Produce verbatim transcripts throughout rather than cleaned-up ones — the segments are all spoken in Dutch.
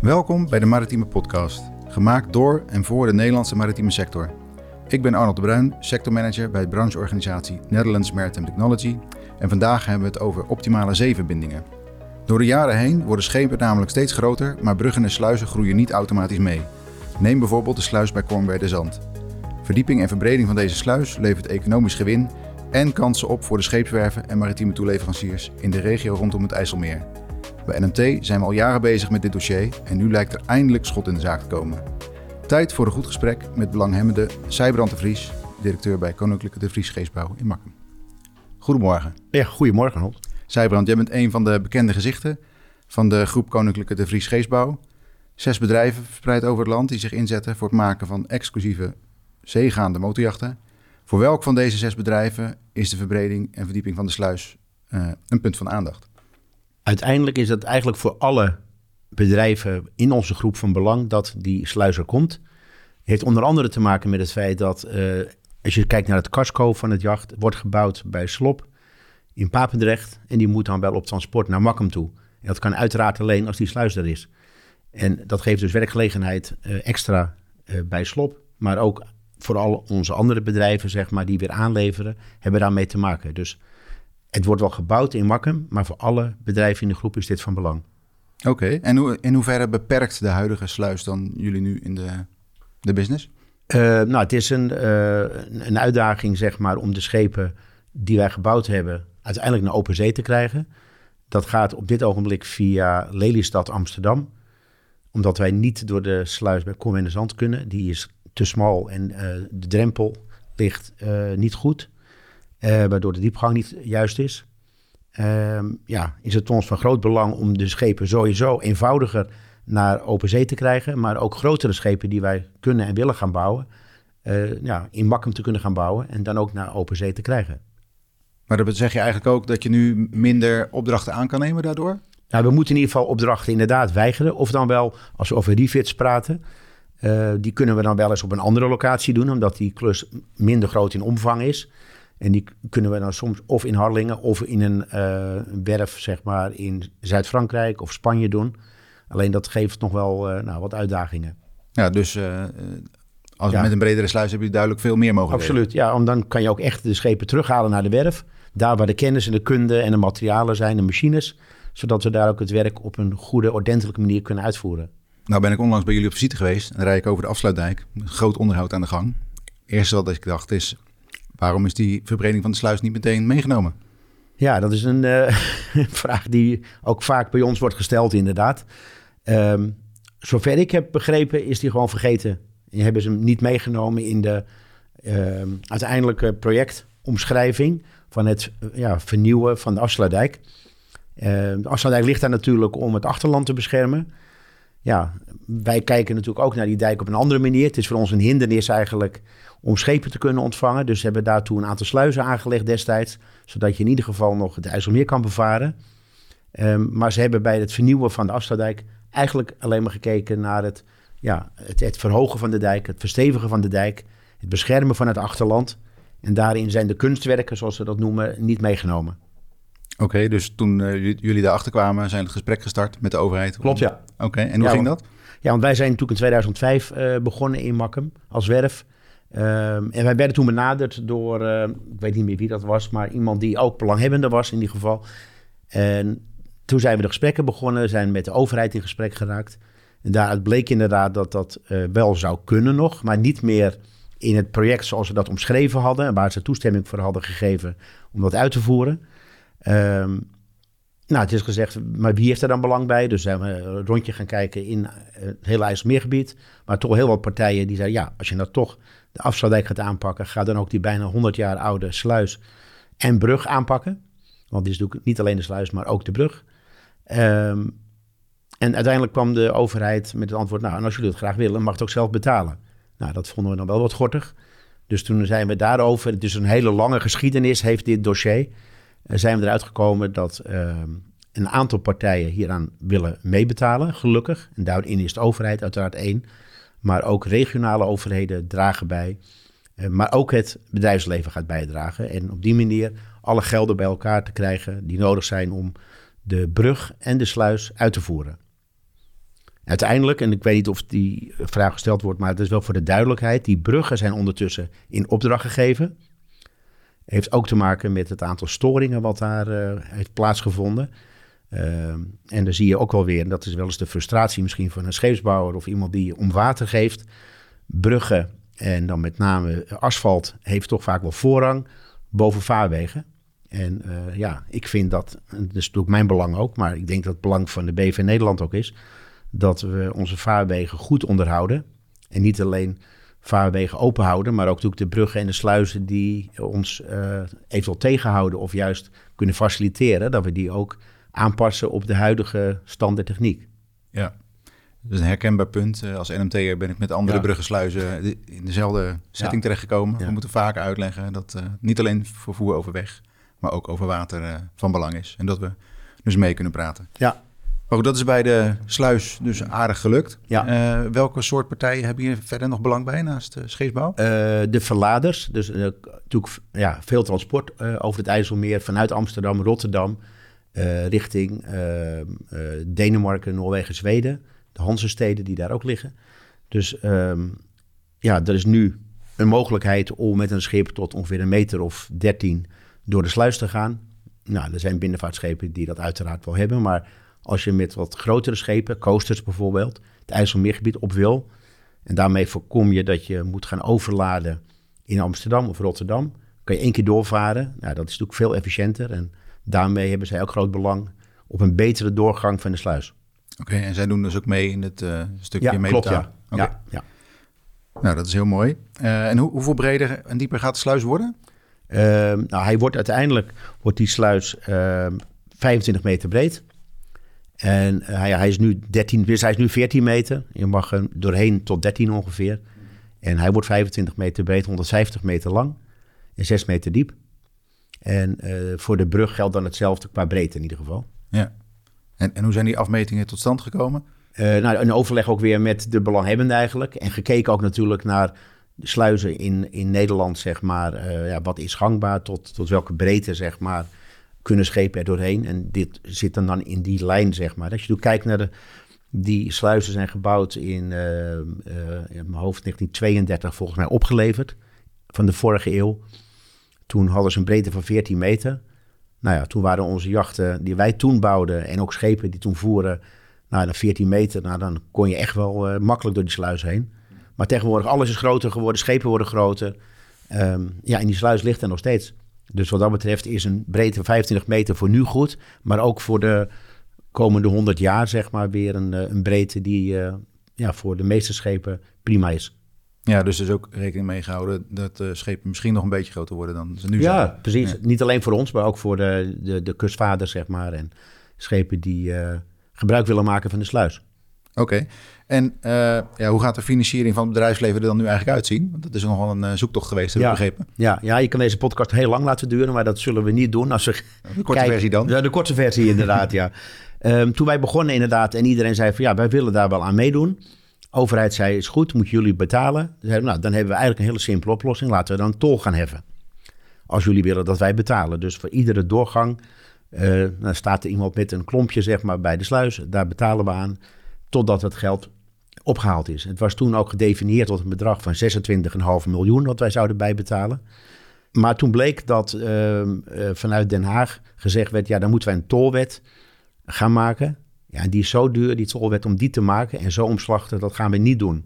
Welkom bij de Maritieme Podcast, gemaakt door en voor de Nederlandse maritieme sector. Ik ben Arnold de Bruin, sectormanager bij de brancheorganisatie Netherlands Maritime Technology en vandaag hebben we het over optimale zeeverbindingen. Door de jaren heen worden schepen namelijk steeds groter, maar bruggen en sluizen groeien niet automatisch mee. Neem bijvoorbeeld de sluis bij Cornwall-de-Zand. Verdieping en verbreding van deze sluis levert economisch gewin en kansen op voor de scheepswerven en maritieme toeleveranciers in de regio rondom het IJsselmeer. Bij N M T zijn we al jaren bezig met dit dossier en nu lijkt er eindelijk schot in de zaak te komen. Tijd voor een goed gesprek met belanghebbende Sijbrand de Vries, directeur bij Koninklijke de Vries Scheepsbouw in Makkum. Goedemorgen. Ja, goedemorgen Hans. Sijbrand, jij bent een van de bekende gezichten van de groep Koninklijke de Vries Scheepsbouw. Zes bedrijven verspreid over het land die zich inzetten voor het maken van exclusieve zeegaande motorjachten. Voor welk van deze zes bedrijven is de verbreding en verdieping van de sluis uh, een punt van aandacht? Uiteindelijk is het eigenlijk voor alle bedrijven in onze groep van belang dat die sluis er komt. Het heeft onder andere te maken met het feit dat uh, als je kijkt naar het casco van het jacht, wordt gebouwd bij Slop in Papendrecht en die moet dan wel op transport naar Makkum toe. En dat kan uiteraard alleen als die sluis er is. En dat geeft dus werkgelegenheid uh, extra uh, bij Slop, maar ook voor al onze andere bedrijven, zeg maar, die weer aanleveren, hebben daarmee te maken. Dus het wordt wel gebouwd in Makkum, maar voor alle bedrijven in de groep is dit van belang. Oké, okay. En hoe, in hoeverre beperkt de huidige sluis dan jullie nu in de, de business? Uh, nou, het is een, uh, een uitdaging, zeg maar, om de schepen die wij gebouwd hebben uiteindelijk naar open zee te krijgen. Dat gaat op dit ogenblik via Lelystad Amsterdam, omdat wij niet door de sluis bij Cornwall-de-Zand kunnen. Die is te smal en uh, de drempel ligt uh, niet goed, uh, waardoor de diepgang niet juist is. Uh, ja, is het ons van groot belang om de schepen sowieso eenvoudiger naar open zee te krijgen, maar ook grotere schepen die wij kunnen en willen gaan bouwen, uh, ja, in Makkum te kunnen gaan bouwen en dan ook naar open zee te krijgen. Maar dat zeg je eigenlijk ook dat je nu minder opdrachten aan kan nemen daardoor? Nou, we moeten in ieder geval opdrachten inderdaad weigeren, of dan wel, als we over refits praten, uh, die kunnen we dan wel eens op een andere locatie doen, omdat die klus minder groot in omvang is. En die kunnen we dan soms of in Harlingen of in een uh, werf, zeg maar, in Zuid-Frankrijk of Spanje doen. Alleen dat geeft nog wel uh, nou, wat uitdagingen. Ja, dus uh, als ja. met een bredere sluis heb je duidelijk veel meer mogelijkheden. Absoluut, ja. Want dan kan je ook echt de schepen terughalen naar de werf. Daar waar de kennis en de kunde en de materialen zijn, de machines. Zodat we daar ook het werk op een goede, ordentelijke manier kunnen uitvoeren. Nou ben ik onlangs bij jullie op visite geweest. En dan rijd ik over de afsluitdijk. Groot onderhoud aan de gang. Het eerste wat ik dacht is, waarom is die verbreding van de sluis niet meteen meegenomen? Ja, dat is een uh, vraag die ook vaak bij ons wordt gesteld inderdaad. Um, zover ik heb begrepen is die gewoon vergeten. En hebben ze hem niet meegenomen in de uh, uiteindelijke projectomschrijving van het uh, ja, vernieuwen van de afsluitdijk. Uh, de afsluitdijk ligt daar natuurlijk om het achterland te beschermen. Ja, wij kijken natuurlijk ook naar die dijk op een andere manier. Het is voor ons een hindernis eigenlijk om schepen te kunnen ontvangen. Dus we hebben daartoe een aantal sluizen aangelegd destijds, zodat je in ieder geval nog het IJsselmeer kan bevaren. Um, maar ze hebben bij het vernieuwen van de afsluitdijk eigenlijk alleen maar gekeken naar het, ja, het, het verhogen van de dijk, het verstevigen van de dijk, het beschermen van het achterland. En daarin zijn de kunstwerken, zoals ze dat noemen, niet meegenomen. Oké, okay, dus toen uh, jullie daarachter kwamen, zijn het gesprek gestart met de overheid? Klopt, ja. Oké, okay, en hoe ja, ging dat? Ja, want wij zijn natuurlijk in tweeduizend vijf uh, begonnen in Makkum als werf. Uh, en wij werden toen benaderd door, uh, ik weet niet meer wie dat was, maar iemand die ook belanghebbende was in ieder geval. En toen zijn we de gesprekken begonnen, zijn met de overheid in gesprek geraakt. En daaruit bleek inderdaad dat dat uh, wel zou kunnen nog, maar niet meer in het project zoals we dat omschreven hadden en waar ze toestemming voor hadden gegeven om dat uit te voeren. Um, nou, het is gezegd, maar wie heeft er dan belang bij? Dus zijn we een rondje gaan kijken in het hele IJsselmeergebied. Maar toch heel wat partijen die zeiden, ja, als je nou toch de afsluitdijk gaat aanpakken, ga dan ook die bijna honderd jaar oude sluis en brug aanpakken. Want het is natuurlijk niet alleen de sluis, maar ook de brug. Um, en uiteindelijk kwam de overheid met het antwoord, nou, en als jullie het graag willen, mag het ook zelf betalen. Nou, dat vonden we dan wel wat gortig. Dus toen zijn we daarover, het is een hele lange geschiedenis, heeft dit dossier. Zijn we eruit gekomen dat uh, een aantal partijen hieraan willen meebetalen, gelukkig. En daarin is de overheid uiteraard één. Maar ook regionale overheden dragen bij. Uh, maar ook het bedrijfsleven gaat bijdragen. En op die manier alle gelden bij elkaar te krijgen die nodig zijn om de brug en de sluis uit te voeren. Uiteindelijk, en ik weet niet of die vraag gesteld wordt, maar het is wel voor de duidelijkheid. Die bruggen zijn ondertussen in opdracht gegeven. Heeft ook te maken met het aantal storingen wat daar uh, heeft plaatsgevonden. Uh, en dan zie je ook wel weer, en dat is wel eens de frustratie misschien van een scheepsbouwer of iemand die om water geeft. Bruggen en dan met name asfalt heeft toch vaak wel voorrang boven vaarwegen. En uh, ja, ik vind dat, en dat is natuurlijk mijn belang ook, maar ik denk dat het belang van de B V Nederland ook is, dat we onze vaarwegen goed onderhouden. En niet alleen vaarwegen open houden, maar ook natuurlijk de bruggen en de sluizen die ons uh, eventueel tegenhouden of juist kunnen faciliteren, dat we die ook aanpassen op de huidige stand der techniek. Ja, dat is een herkenbaar punt. Als N M T'er ben ik met andere ja. bruggensluizen in dezelfde setting ja. terechtgekomen. Ja. We moeten vaker uitleggen dat uh, niet alleen vervoer over weg, maar ook over water uh, van belang is. En dat we dus mee kunnen praten. Ja. Maar goed, dat is bij de sluis dus aardig gelukt. Ja. Uh, welke soort partijen hebben hier verder nog belang bij naast de scheepsbouw? Uh, de verladers. Dus uh, natuurlijk ja, veel transport uh, over het IJsselmeer vanuit Amsterdam, Rotterdam, uh, richting uh, uh, Denemarken, Noorwegen, Zweden. De Hanzesteden die daar ook liggen. Dus um, ja, er is nu een mogelijkheid om met een schip tot ongeveer een meter of dertien door de sluis te gaan. Nou, er zijn binnenvaartschepen die dat uiteraard wel hebben, maar als je met wat grotere schepen, coasters bijvoorbeeld, het IJsselmeergebied op wil, en daarmee voorkom je dat je moet gaan overladen in Amsterdam of Rotterdam, kan je één keer doorvaren. Nou, dat is natuurlijk veel efficiënter en daarmee hebben zij ook groot belang op een betere doorgang van de sluis. Oké, okay, en zij doen dus ook mee in het uh, stukje ja, meebetalen? Klopt, ja. Okay. ja, ja. Nou, dat is heel mooi. Uh, en hoe, hoeveel breder en dieper gaat de sluis worden? Uh, nou, hij wordt uiteindelijk, wordt die sluis uh, vijfentwintig meter breed. En uh, hij, hij, is nu dertien, dus hij is nu veertien meter. Je mag er doorheen tot dertien ongeveer. En hij wordt vijfentwintig meter breed, honderdvijftig meter lang en zes meter diep. En uh, voor de brug geldt dan hetzelfde qua breedte in ieder geval. Ja. En, en hoe zijn die afmetingen tot stand gekomen? Uh, nou, een overleg ook weer met de belanghebbenden eigenlijk. En gekeken ook natuurlijk naar de sluizen in, in Nederland, zeg maar. Uh, ja, wat is gangbaar, tot, tot welke breedte, zeg maar, kunnen schepen er doorheen. En dit zit dan, dan in die lijn, zeg maar. Als je doet, kijkt naar de... Die sluizen zijn gebouwd in, uh, uh, in mijn hoofd negentien tweeëndertig volgens mij opgeleverd. Van de vorige eeuw. Toen hadden ze een breedte van veertien meter. Nou ja, toen waren onze jachten die wij toen bouwden en ook schepen die toen voeren, nou, dan veertien meter, nou, dan kon je echt wel uh, makkelijk door die sluis heen. Maar tegenwoordig, alles is groter geworden, schepen worden groter. Um, ja, en die sluis ligt er nog steeds. Dus wat dat betreft is een breedte van vijfentwintig meter voor nu goed, maar ook voor de komende honderd jaar, zeg maar, weer een, een breedte die uh, ja, voor de meeste schepen prima is. Ja, dus er is ook rekening mee gehouden dat de schepen misschien nog een beetje groter worden dan ze nu ja, zijn. Precies. Ja, niet alleen voor ons, maar ook voor de, de, de kustvaarders, zeg maar. En schepen die uh, gebruik willen maken van de sluis. Oké. Okay. En uh, ja, hoe gaat de financiering van het bedrijfsleven er dan nu eigenlijk uitzien? Want dat is nogal een uh, zoektocht geweest, heb ik ja, begrepen. Ja, ja, je kan deze podcast heel lang laten duren, maar dat zullen we niet doen. Als we de korte kijken, versie dan? Ja, de korte versie inderdaad, ja. Um, toen wij begonnen inderdaad en iedereen zei van ja, wij willen daar wel aan meedoen. Overheid zei, is goed, moeten jullie betalen. Dus, nou, dan hebben we eigenlijk een hele simpele oplossing. Laten we dan tol gaan heffen. Als jullie willen dat wij betalen. Dus voor iedere doorgang uh, dan staat er iemand met een klompje zeg maar, bij de sluis. Daar betalen we aan totdat het geld opgehaald is. Het was toen ook gedefinieerd tot een bedrag van zesentwintig komma vijf miljoen... wat wij zouden bijbetalen. Maar toen bleek dat uh, uh, vanuit Den Haag gezegd werd, ja, dan moeten wij een tolwet gaan maken. Ja, en die is zo duur, die tolwet, om die te maken en zo omslachtig, dat gaan we niet doen.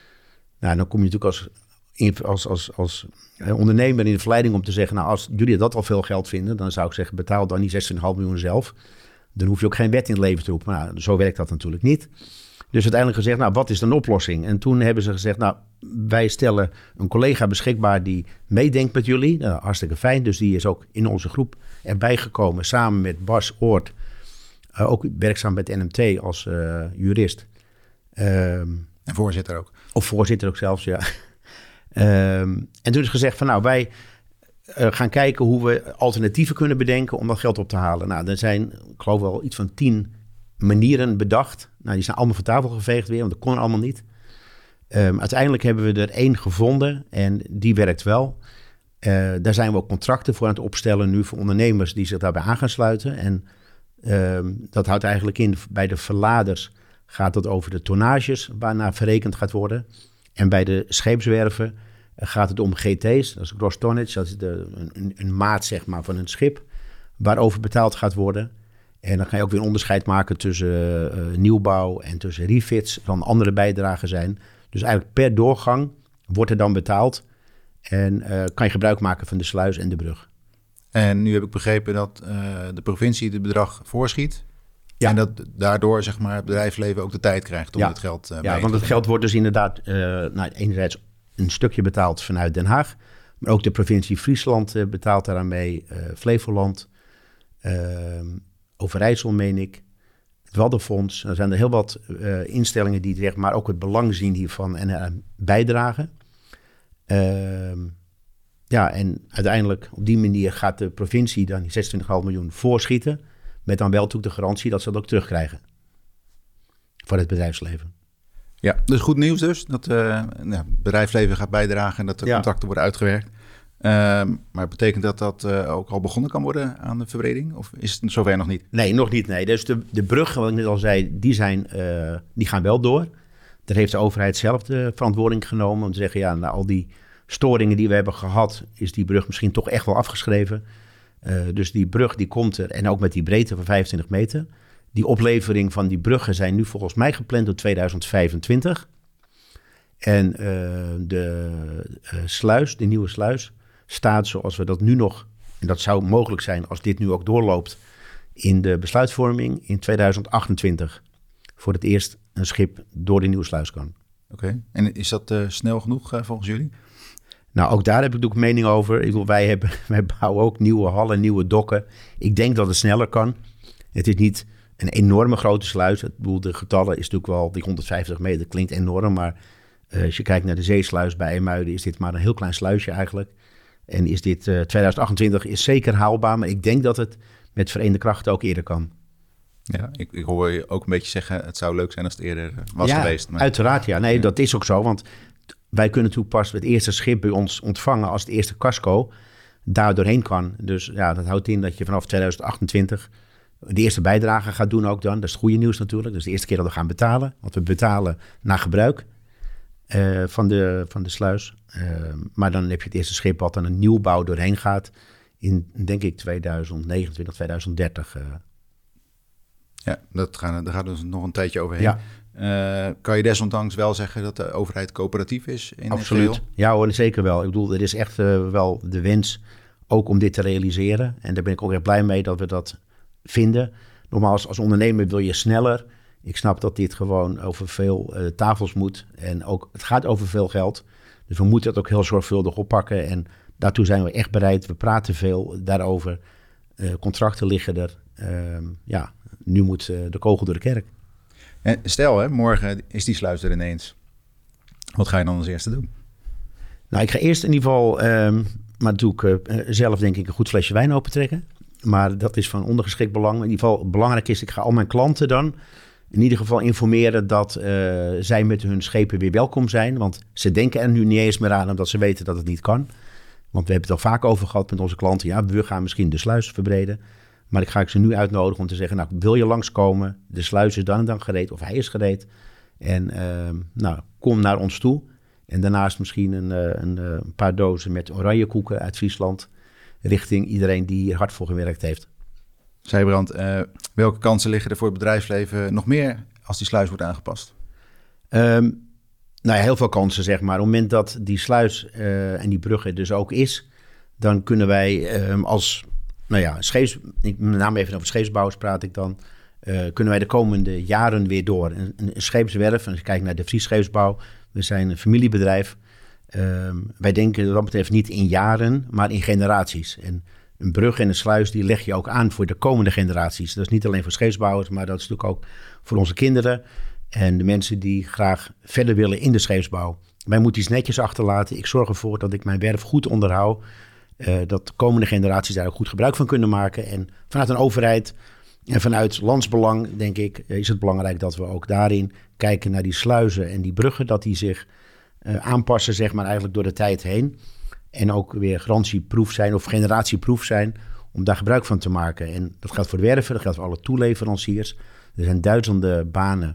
Nou, dan kom je natuurlijk als, als, als, als ondernemer in de verleiding om te zeggen, nou, als jullie dat al veel geld vinden, dan zou ik zeggen, betaal dan die zestien komma vijf miljoen zelf. Dan hoef je ook geen wet in het leven te roepen. Nou, zo werkt dat natuurlijk niet. Dus uiteindelijk gezegd, nou, wat is dan een oplossing? En toen hebben ze gezegd, nou, wij stellen een collega beschikbaar die meedenkt met jullie. Nou, hartstikke fijn, dus die is ook in onze groep erbij gekomen, samen met Bas Oort, uh, ook werkzaam bij het N M T als uh, jurist. Um, en voorzitter ook. Of voorzitter ook zelfs, ja. um, en toen is gezegd van, nou, wij uh, gaan kijken hoe we alternatieven kunnen bedenken om dat geld op te halen. Nou, er zijn, ik geloof wel, iets van tien manieren bedacht. Nou, die zijn allemaal van tafel geveegd weer, want dat kon allemaal niet. Um, uiteindelijk hebben we er één gevonden en die werkt wel. Uh, daar zijn we ook contracten voor aan het opstellen nu voor ondernemers die zich daarbij aan gaan sluiten. En um, dat houdt eigenlijk in, bij de verladers gaat het over de tonnages waarnaar verrekend gaat worden. En bij de scheepswerven gaat het om G T's, dat is gross tonnage, dat is de, een, een maat zeg maar, van een schip, waarover betaald gaat worden. En dan ga je ook weer een onderscheid maken tussen uh, nieuwbouw en tussen refits, dan andere bijdragen zijn. Dus eigenlijk per doorgang wordt er dan betaald en uh, kan je gebruik maken van de sluis en de brug. En nu heb ik begrepen dat uh, de provincie het bedrag voorschiet. Ja. En dat daardoor zeg maar, het bedrijfsleven ook de tijd krijgt om ja. het geld uh, Ja, want het geld wordt dus inderdaad uh, nou, enerzijds een stukje betaald vanuit Den Haag. Maar ook de provincie Friesland uh, betaalt daaraan mee. Uh, Flevoland, uh, Overijssel meen ik, het Waddenfonds. Er zijn er heel wat uh, instellingen die zeg maar, ook het belang zien hiervan en uh, bijdragen. Uh, ja, en uiteindelijk op die manier gaat de provincie dan die zesentwintig komma vijf miljoen voorschieten. Met dan wel natuurlijk de garantie dat ze dat ook terugkrijgen. Voor het bedrijfsleven. Ja, dus goed nieuws dus. Dat uh, nou, het bedrijfsleven gaat bijdragen en dat de ja. contracten worden uitgewerkt. Uh, maar betekent dat dat uh, ook al begonnen kan worden aan de verbreding? Of is het zover nog niet? Nee, nog niet. Nee. Dus de, de bruggen, wat ik net al zei, die, zijn, uh, die gaan wel door. Daar heeft de overheid zelf de verantwoording genomen om te zeggen, ja, na al die storingen die we hebben gehad, is die brug misschien toch echt wel afgeschreven. Uh, dus die brug die komt er, en ook met die breedte van vijfentwintig meter. Die oplevering van die bruggen zijn nu volgens mij gepland tot tweeduizend vijfentwintig. En uh, de uh, sluis, de nieuwe sluis, staat zoals we dat nu nog, en dat zou mogelijk zijn als dit nu ook doorloopt, in de besluitvorming in tweeduizend achtentwintig. Voor het eerst een schip door de nieuwe sluis kan. Oké, okay. En is dat uh, snel genoeg uh, volgens jullie? Nou, ook daar heb ik natuurlijk mening over. Ik bedoel, wij, hebben, wij bouwen ook nieuwe hallen, nieuwe dokken. Ik denk dat het sneller kan. Het is niet een enorme grote sluis. Ik bedoel, de getallen is natuurlijk wel, die honderdvijftig meter klinkt enorm. Maar uh, als je kijkt naar de zeesluis bij IJmuiden, is dit maar een heel klein sluisje eigenlijk. En is dit uh, tweeduizend achtentwintig is zeker haalbaar. Maar ik denk dat het met verenigde krachten ook eerder kan. Ja, ik, ik hoor je ook een beetje zeggen, het zou leuk zijn als het eerder was ja, geweest. Maar... uiteraard ja. Nee, ja. dat is ook zo, want wij kunnen natuurlijk pas het eerste schip bij ons ontvangen als het eerste casco daar doorheen kan. Dus ja, dat houdt in dat je vanaf tweeduizend achtentwintig de eerste bijdrage gaat doen ook dan. Dat is het goede nieuws natuurlijk. Dat is de eerste keer dat we gaan betalen. Want we betalen naar gebruik uh, van, de, van de sluis. Uh, maar dan heb je het eerste schip wat dan een nieuwbouw doorheen gaat in, denk ik, tweeduizend negenentwintig, tweeduizend dertig. Uh. Ja, dat gaan, daar gaat dus nog een tijdje overheen. Ja. Uh, kan je desondanks wel zeggen dat de overheid coöperatief is? In Absoluut. Ja hoor, zeker wel. Ik bedoel, er is echt uh, wel de wens ook om dit te realiseren. En daar ben ik ook echt blij mee dat we dat vinden. Nogmaals, als ondernemer wil je sneller. Ik snap dat dit gewoon over veel uh, tafels moet. En ook, het gaat over veel geld. Dus we moeten het ook heel zorgvuldig oppakken. En daartoe zijn we echt bereid. We praten veel daarover. Uh, contracten liggen er. Uh, ja, nu moet uh, de kogel door de kerk. En stel, hè, morgen is die sluis er ineens. Wat ga je dan als eerste doen? Nou, ik ga eerst in ieder geval, um, maar doe ik uh, zelf denk ik een goed flesje wijn opentrekken. Maar dat is van ondergeschikt belang. In ieder geval belangrijk is, ik ga al mijn klanten dan in ieder geval informeren dat uh, zij met hun schepen weer welkom zijn. Want ze denken er nu niet eens meer aan, omdat ze weten dat het niet kan. Want we hebben het al vaak over gehad met onze klanten. Ja, we gaan misschien de sluis verbreden. Maar ik ga ik ze nu uitnodigen om te zeggen, nou, wil je langskomen? De sluis is dan en dan gereed, of hij is gereed. En uh, nou, kom naar ons toe. En daarnaast misschien een, een, een paar dozen met oranje koeken uit Friesland, richting iedereen die hier hard voor gewerkt heeft. Sijbrand, uh, welke kansen liggen er voor het bedrijfsleven nog meer als die sluis wordt aangepast? Um, nou ja, heel veel kansen, zeg maar. Op het moment dat die sluis uh, en die brug er dus ook is, dan kunnen wij um, als... Nou ja, scheeps, met name even over scheepsbouwers praat ik dan. Uh, kunnen wij de komende jaren weer door. Een, een scheepswerf, en als je kijkt naar de Fries Scheepsbouw, we zijn een familiebedrijf. Uh, wij denken wat dat betreft niet in jaren, maar in generaties. En een brug en een sluis, die leg je ook aan voor de komende generaties. Dat is niet alleen voor scheepsbouwers, maar dat is natuurlijk ook voor onze kinderen. En de mensen die graag verder willen in de scheepsbouw. Wij moeten iets netjes achterlaten. Ik zorg ervoor dat ik mijn werf goed onderhoud. Uh, dat de komende generaties daar ook goed gebruik van kunnen maken. En vanuit een overheid en vanuit landsbelang, denk ik, is het belangrijk dat we ook daarin kijken naar die sluizen en die bruggen, dat die zich uh, aanpassen, zeg maar, eigenlijk door de tijd heen. En ook weer garantieproef zijn of generatieproef zijn om daar gebruik van te maken. En dat geldt voor de werven, dat geldt voor alle toeleveranciers. Er zijn duizenden banen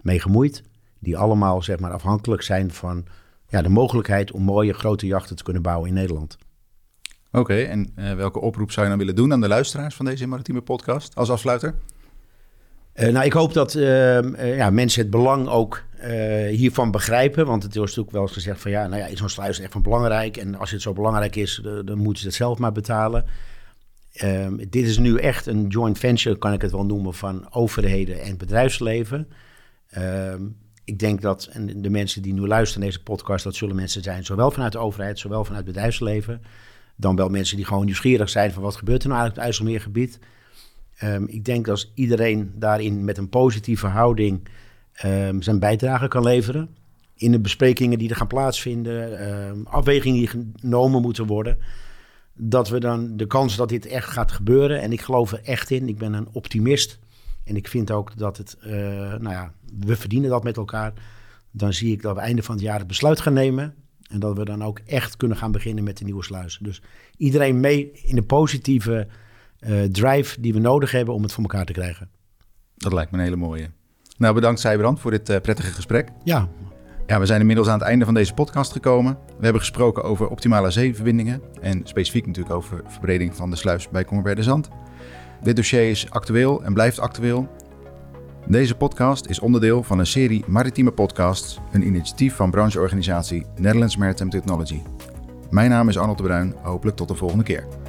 mee gemoeid. Die allemaal zeg maar, afhankelijk zijn van ja, de mogelijkheid om mooie grote jachten te kunnen bouwen in Nederland. Oké, okay, en uh, welke oproep zou je dan willen doen aan de luisteraars van deze maritieme podcast als afsluiter? Uh, nou, ik hoop dat uh, uh, ja, mensen het belang ook uh, hiervan begrijpen. Want het is natuurlijk wel eens gezegd van ja, nou ja, is zo'n sluis echt van belangrijk? En als het zo belangrijk is, uh, dan moeten ze het zelf maar betalen. Uh, dit is nu echt een joint venture, kan ik het wel noemen, van overheden en bedrijfsleven. Uh, ik denk dat, en de mensen die nu luisteren naar deze podcast, dat zullen mensen zijn, zowel vanuit de overheid, zowel vanuit het bedrijfsleven. Dan wel mensen die gewoon nieuwsgierig zijn van wat gebeurt er nou eigenlijk op het IJsselmeergebied. Um, ik denk dat als iedereen daarin met een positieve houding um, zijn bijdrage kan leveren. In de besprekingen die er gaan plaatsvinden, um, afwegingen die genomen moeten worden. Dat we dan de kans dat dit echt gaat gebeuren. En ik geloof er echt in. Ik ben een optimist. En ik vind ook dat het, uh, nou ja, we verdienen dat met elkaar. Dan zie ik dat we einde van het jaar het besluit gaan nemen. En dat we dan ook echt kunnen gaan beginnen met de nieuwe sluis. Dus iedereen mee in de positieve uh, drive die we nodig hebben om het voor elkaar te krijgen. Dat lijkt me een hele mooie. Nou, bedankt Sijbrand voor dit uh, prettige gesprek. Ja. Ja, we zijn inmiddels aan het einde van deze podcast gekomen. We hebben gesproken over optimale zeeverbindingen en specifiek natuurlijk over verbreding van de sluis bij Kommerbergen-Zand. Dit dossier is actueel en blijft actueel. Deze podcast is onderdeel van een serie maritieme podcasts, een initiatief van brancheorganisatie Netherlands Maritime Technology. Mijn naam is Arnold de Bruin, hopelijk tot de volgende keer.